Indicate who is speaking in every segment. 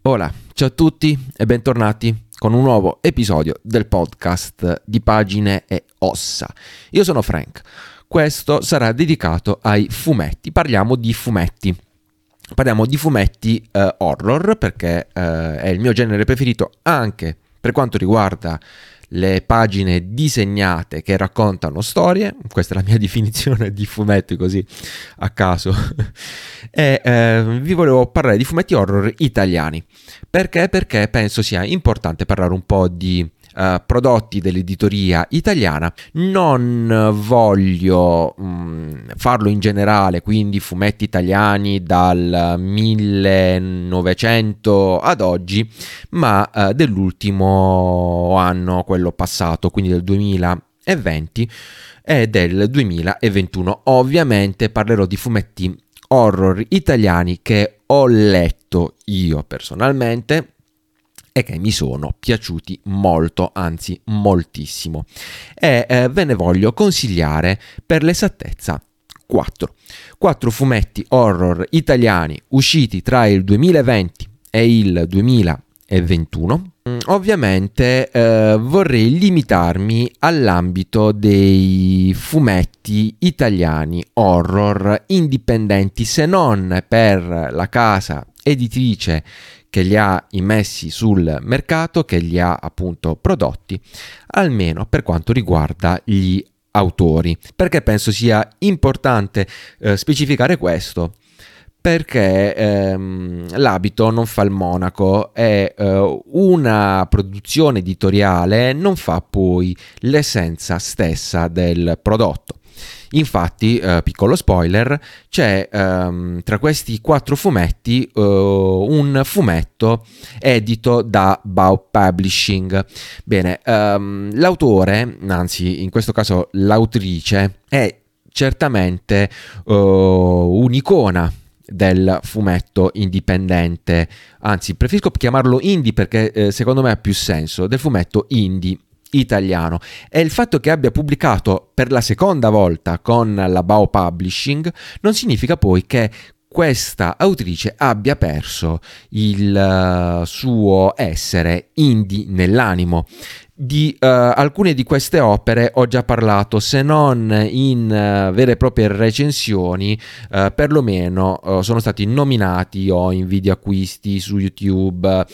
Speaker 1: Hola, ciao a tutti e bentornati con un nuovo episodio del podcast di Pagine e Ossa. Io sono Frank, questo sarà dedicato ai fumetti, parliamo di fumetti horror perché è il mio genere preferito anche per quanto riguarda le pagine disegnate che raccontano storie. Questa è la mia definizione di fumetti, così a caso. E vi volevo parlare di fumetti horror italiani. Perché? Perché penso sia importante parlare un po' di prodotti dell'editoria italiana. Non voglio farlo in generale, quindi fumetti italiani dal 1900 ad oggi, ma dell'ultimo anno, quello passato, quindi del 2020 e del 2021. Ovviamente parlerò di fumetti horror italiani che ho letto io personalmente e che mi sono piaciuti molto, anzi moltissimo, e ve ne voglio consigliare per l'esattezza 4 fumetti horror italiani usciti tra il 2020 e il 2021. Ovviamente vorrei limitarmi all'ambito dei fumetti italiani horror indipendenti, se non per la casa editrice che li ha immessi sul mercato, che li ha appunto prodotti, almeno per quanto riguarda gli autori. Perché penso sia importante specificare questo? Perché l'abito non fa il monaco e una produzione editoriale non fa poi l'essenza stessa del prodotto. Infatti, piccolo spoiler, c'è tra questi 4 fumetti un fumetto edito da Bao Publishing. Bene, l'autore, anzi in questo caso l'autrice, è certamente un'icona del fumetto indipendente, anzi preferisco chiamarlo indie perché secondo me ha più senso, del fumetto indie italiano. E il fatto che abbia pubblicato per la seconda volta con la Bao Publishing non significa poi che questa autrice abbia perso il suo essere indie nell'animo. Di alcune di queste opere ho già parlato, se non in vere e proprie recensioni, perlomeno sono stati nominati o in video acquisti su YouTube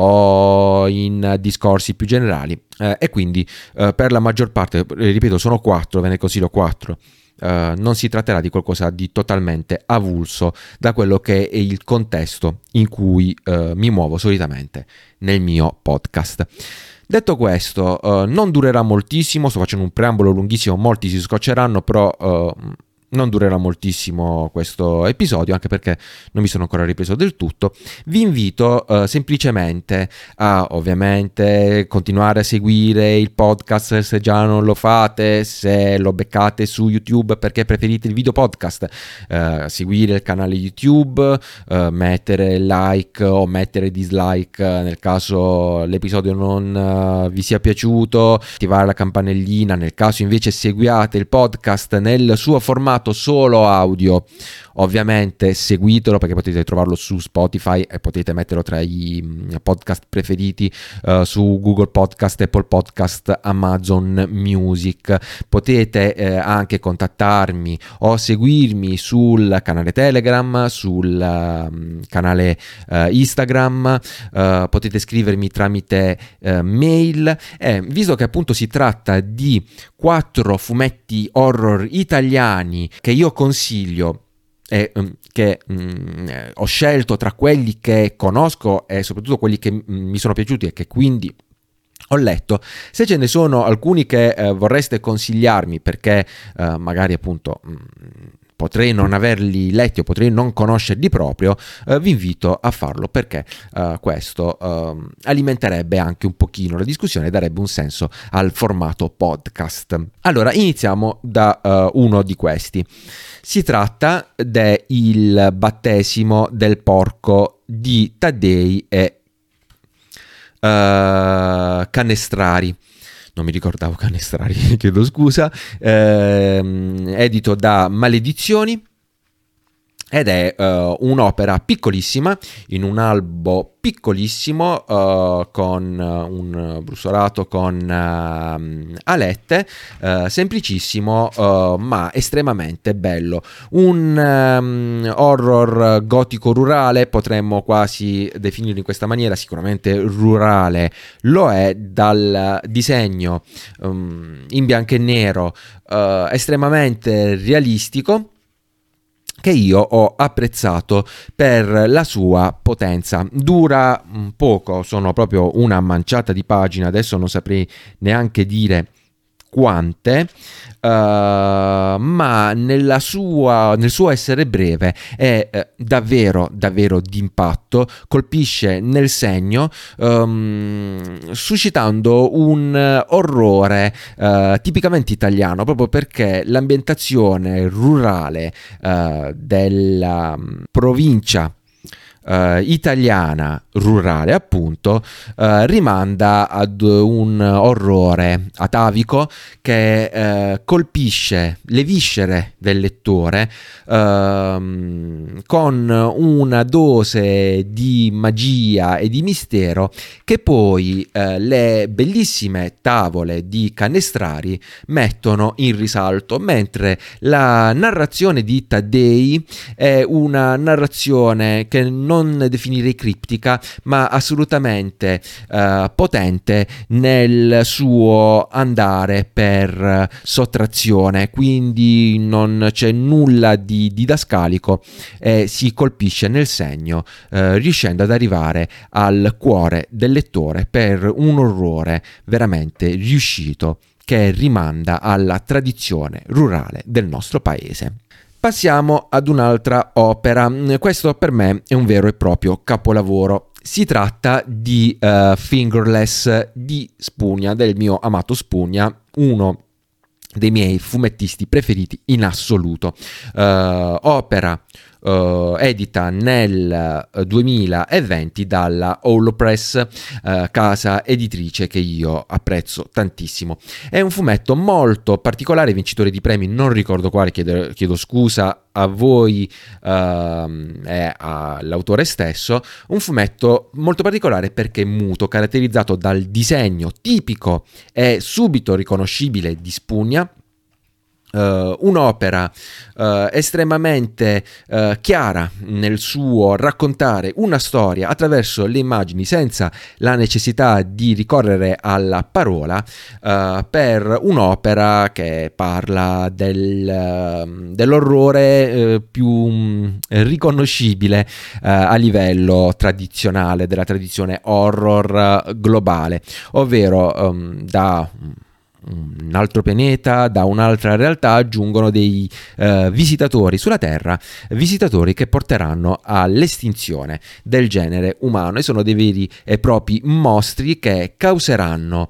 Speaker 1: o in discorsi più generali, e quindi per la maggior parte, ripeto, sono 4, ve ne consiglio 4. Non si tratterà di qualcosa di totalmente avulso da quello che è il contesto in cui mi muovo solitamente nel mio podcast. Detto questo, non durerà moltissimo, sto facendo un preambolo lunghissimo, molti si scocceranno, però non durerà moltissimo questo episodio, anche perché non mi sono ancora ripreso del tutto. Vi invito semplicemente a, ovviamente, continuare a seguire il podcast se già non lo fate, se lo beccate su YouTube perché preferite il video podcast, seguire il canale YouTube, mettere like o mettere dislike nel caso l'episodio non vi sia piaciuto, attivare la campanellina nel caso invece seguiate il podcast nel suo formato solo audio. Ovviamente seguitelo perché potete trovarlo su Spotify e potete metterlo tra i podcast preferiti su Google Podcast, Apple Podcast, Amazon Music. Potete anche contattarmi o seguirmi sul canale Telegram, sul canale Instagram, potete scrivermi tramite mail, e visto che appunto si tratta di 4 fumetti horror italiani che io consiglio e che ho scelto tra quelli che conosco e soprattutto quelli che mi sono piaciuti e che quindi ho letto, se ce ne sono alcuni che vorreste consigliarmi perché magari appunto potrei non averli letti o potrei non conoscerli proprio, vi invito a farlo perché questo alimenterebbe anche un pochino la discussione e darebbe un senso al formato podcast. Allora, iniziamo da uno di questi. Si tratta del battesimo del porco di Taddei e Canestrari. Non mi ricordavo Canestrari, chiedo scusa. Edito da Maledizioni. ed è un'opera piccolissima, in un albo piccolissimo, con un brussolato con alette, semplicissimo, ma estremamente bello. Un horror gotico rurale, potremmo quasi definirlo in questa maniera. Sicuramente rurale lo è, dal disegno in bianco e nero, estremamente realistico, che io ho apprezzato per la sua potenza. Dura poco, sono proprio una manciata di pagine, adesso non saprei neanche dire quante, ma nel suo essere breve è davvero d'impatto, colpisce nel segno, suscitando un orrore tipicamente italiano, proprio perché l'ambientazione rurale della provincia italiana rurale, appunto, rimanda ad un orrore atavico che colpisce le viscere del lettore, con una dose di magia e di mistero che poi le bellissime tavole di Cannestrari mettono in risalto, mentre la narrazione di Taddei è una narrazione che non definirei criptica, ma assolutamente potente nel suo andare per sottrazione, quindi non c'è nulla di didascalico e si colpisce nel segno, riuscendo ad arrivare al cuore del lettore per un orrore veramente riuscito che rimanda alla tradizione rurale del nostro paese. Passiamo ad un'altra opera. Questo per me è un vero e proprio capolavoro. Si tratta di Fingerless di Spugna, del mio amato Spugna, uno dei miei fumettisti preferiti in assoluto. Opera edita nel 2020 dalla Holopress, casa editrice che io apprezzo tantissimo. È un fumetto molto particolare, vincitore di premi, non ricordo quale, chiedo scusa a voi e all'autore stesso. Un fumetto molto particolare perché è muto, caratterizzato dal disegno tipico e subito riconoscibile di Spugna. Un'opera estremamente chiara nel suo raccontare una storia attraverso le immagini, senza la necessità di ricorrere alla parola, per un'opera che parla dell'orrore più riconoscibile a livello tradizionale, della tradizione horror globale, ovvero da un altro pianeta, da un'altra realtà, giungono dei visitatori sulla Terra, visitatori che porteranno all'estinzione del genere umano, e sono dei veri e propri mostri che causeranno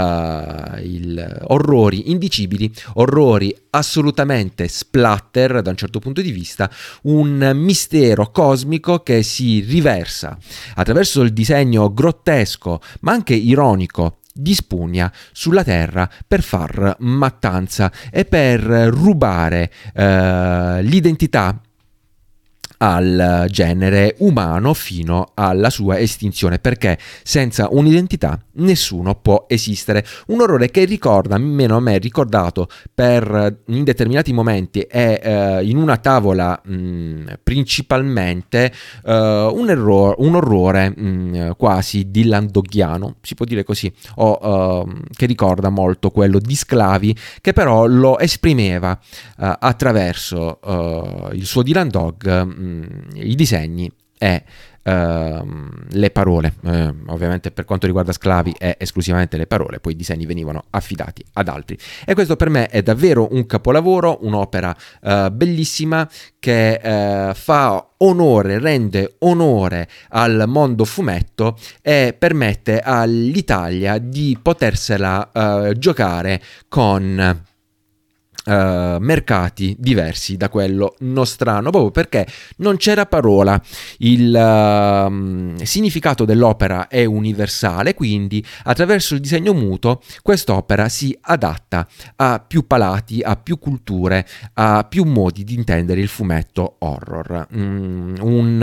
Speaker 1: orrori indicibili, orrori assolutamente splatter da un certo punto di vista, un mistero cosmico che si riversa attraverso il disegno grottesco ma anche ironico di Spugna sulla Terra per far mattanza e per rubare l'identità al genere umano fino alla sua estinzione, perché senza un'identità nessuno può esistere. Un orrore che ricorda, almeno a me, ricordato in determinati momenti e in una tavola principalmente un orrore quasi dillandoghiano, si può dire così, che ricorda molto quello di Sclavi, che però lo esprimeva attraverso il suo Dylan Dog, i disegni e le parole. Ovviamente per quanto riguarda Sclavi è esclusivamente le parole, poi i disegni venivano affidati ad altri, e questo per me è davvero un capolavoro, un'opera bellissima che rende onore al mondo fumetto e permette all'Italia di potersela giocare con mercati diversi da quello nostrano, proprio perché non c'era parola. Il significato dell'opera è universale, quindi attraverso il disegno muto quest'opera si adatta a più palati, a più culture, a più modi di intendere il fumetto horror. Un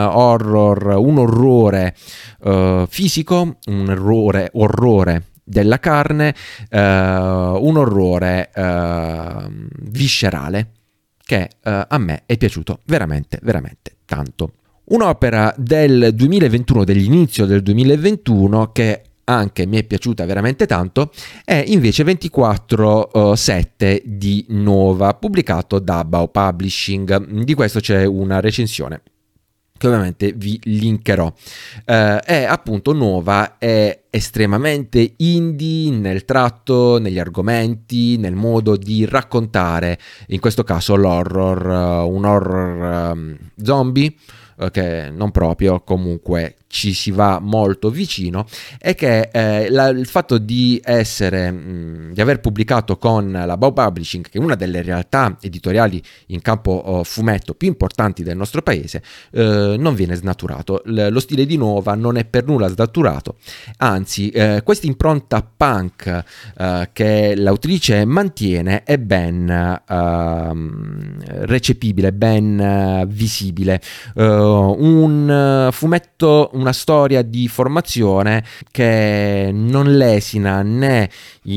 Speaker 1: orrore fisico, un orrore della carne, un orrore viscerale che a me è piaciuto veramente, veramente tanto. Un'opera del 2021, dell'inizio del 2021, che anche mi è piaciuta veramente tanto, è invece 24/7 di Nova, pubblicato da Bao Publishing. Di questo c'è una recensione che ovviamente vi linkerò. È appunto Nova, è estremamente indie nel tratto, negli argomenti, nel modo di raccontare, in questo caso l'horror, un horror zombie, che non proprio, comunque ci si va molto vicino, e che il fatto di aver pubblicato con la Bao Publishing, che è una delle realtà editoriali in campo fumetto più importanti del nostro paese, non viene snaturato. Lo stile di Nova non è per nulla snaturato, anzi questa impronta punk che l'autrice mantiene è ben recepibile, ben visibile. Un fumetto, una storia di formazione che non lesina né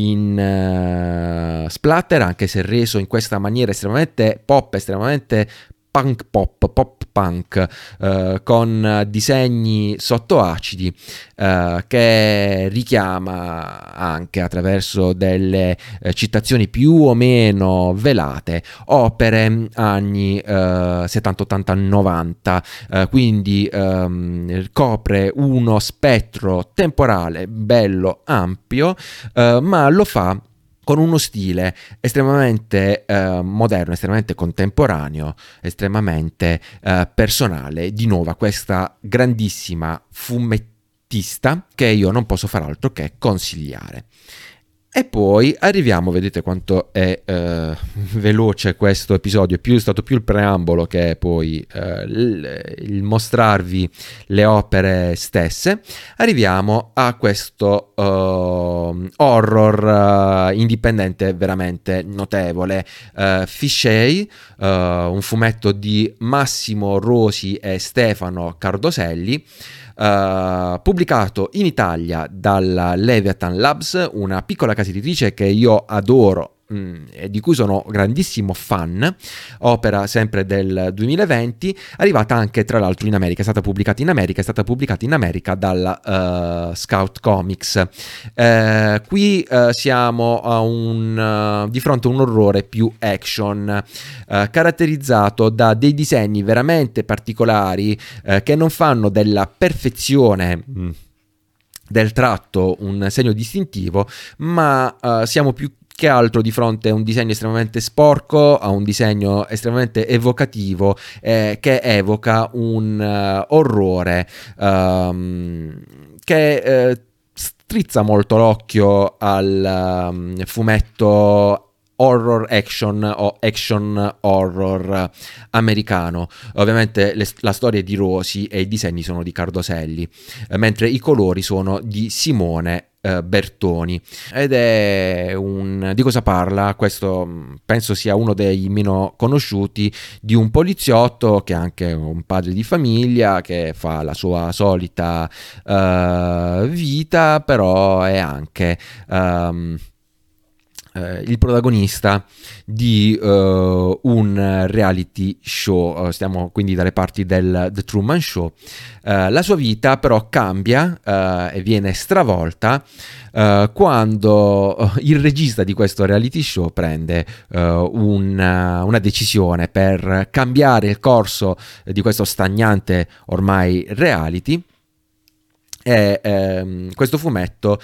Speaker 1: in splatter, anche se reso in questa maniera estremamente pop, estremamente punk pop punk, con disegni sottoacidi, che richiama anche attraverso delle citazioni più o meno velate opere anni 70, 80, 90, quindi copre uno spettro temporale bello ampio, ma lo fa con uno stile estremamente moderno, estremamente contemporaneo, estremamente personale. Di nuovo questa grandissima fumettista che io non posso far altro che consigliare. E poi arriviamo, vedete quanto è veloce questo episodio, è stato più il preambolo che poi il mostrarvi le opere stesse. Arriviamo a questo horror indipendente veramente notevole, Fichet, un fumetto di Massimo Rosi e Stefano Cardoselli, pubblicato in Italia dalla Leviathan Labs, una piccola casa editrice che io adoro e di cui sono grandissimo fan. Opera sempre del 2020, arrivata anche tra l'altro in America, è stata pubblicata in America dalla Scout Comics. Qui siamo a di fronte a un orrore più action, caratterizzato da dei disegni veramente particolari, che non fanno della perfezione del tratto un segno distintivo, ma siamo più che altro di fronte a un disegno estremamente sporco, a un disegno estremamente evocativo, che evoca un orrore che strizza molto l'occhio al fumetto horror action o action horror americano. Ovviamente la storia è di Rosi e i disegni sono di Cardoselli, mentre i colori sono di Simone Bertoni. Ed è di cosa parla? Questo penso sia uno dei meno conosciuti, di un poliziotto che è anche un padre di famiglia, che fa la sua solita vita, però è anche il protagonista di un reality show. Stiamo quindi dalle parti del The Truman Show. La sua vita però cambia e viene stravolta quando il regista di questo reality show prende una decisione per cambiare il corso di questo stagnante ormai reality. E questo fumetto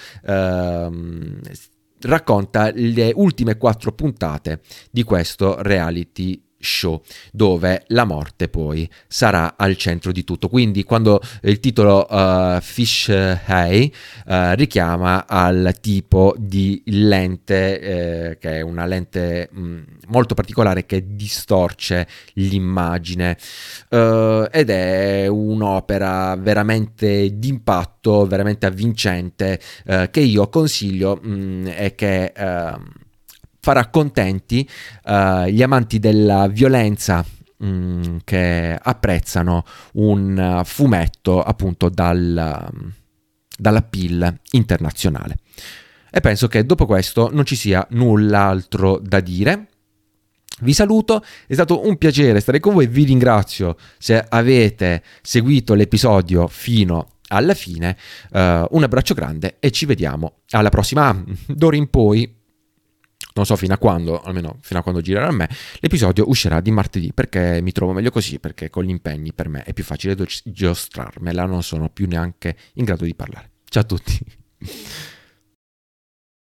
Speaker 1: racconta le ultime 4 puntate di questo reality show, dove la morte poi sarà al centro di tutto. Quindi quando il titolo Fish Eye richiama al tipo di lente che è una lente molto particolare che distorce l'immagine ed è un'opera veramente d'impatto, veramente avvincente, che io consiglio e che farà contenti gli amanti della violenza che apprezzano un fumetto appunto dall'appeal internazionale. E penso che dopo questo non ci sia null'altro da dire. Vi saluto, è stato un piacere stare con voi, vi ringrazio se avete seguito l'episodio fino alla fine, un abbraccio grande e ci vediamo alla prossima. D'ora in poi, non so fino a quando, almeno fino a quando girerà a me, l'episodio uscirà di martedì perché mi trovo meglio così, perché con gli impegni per me è più facile giostrarmela, non sono più neanche in grado di parlare. Ciao a tutti.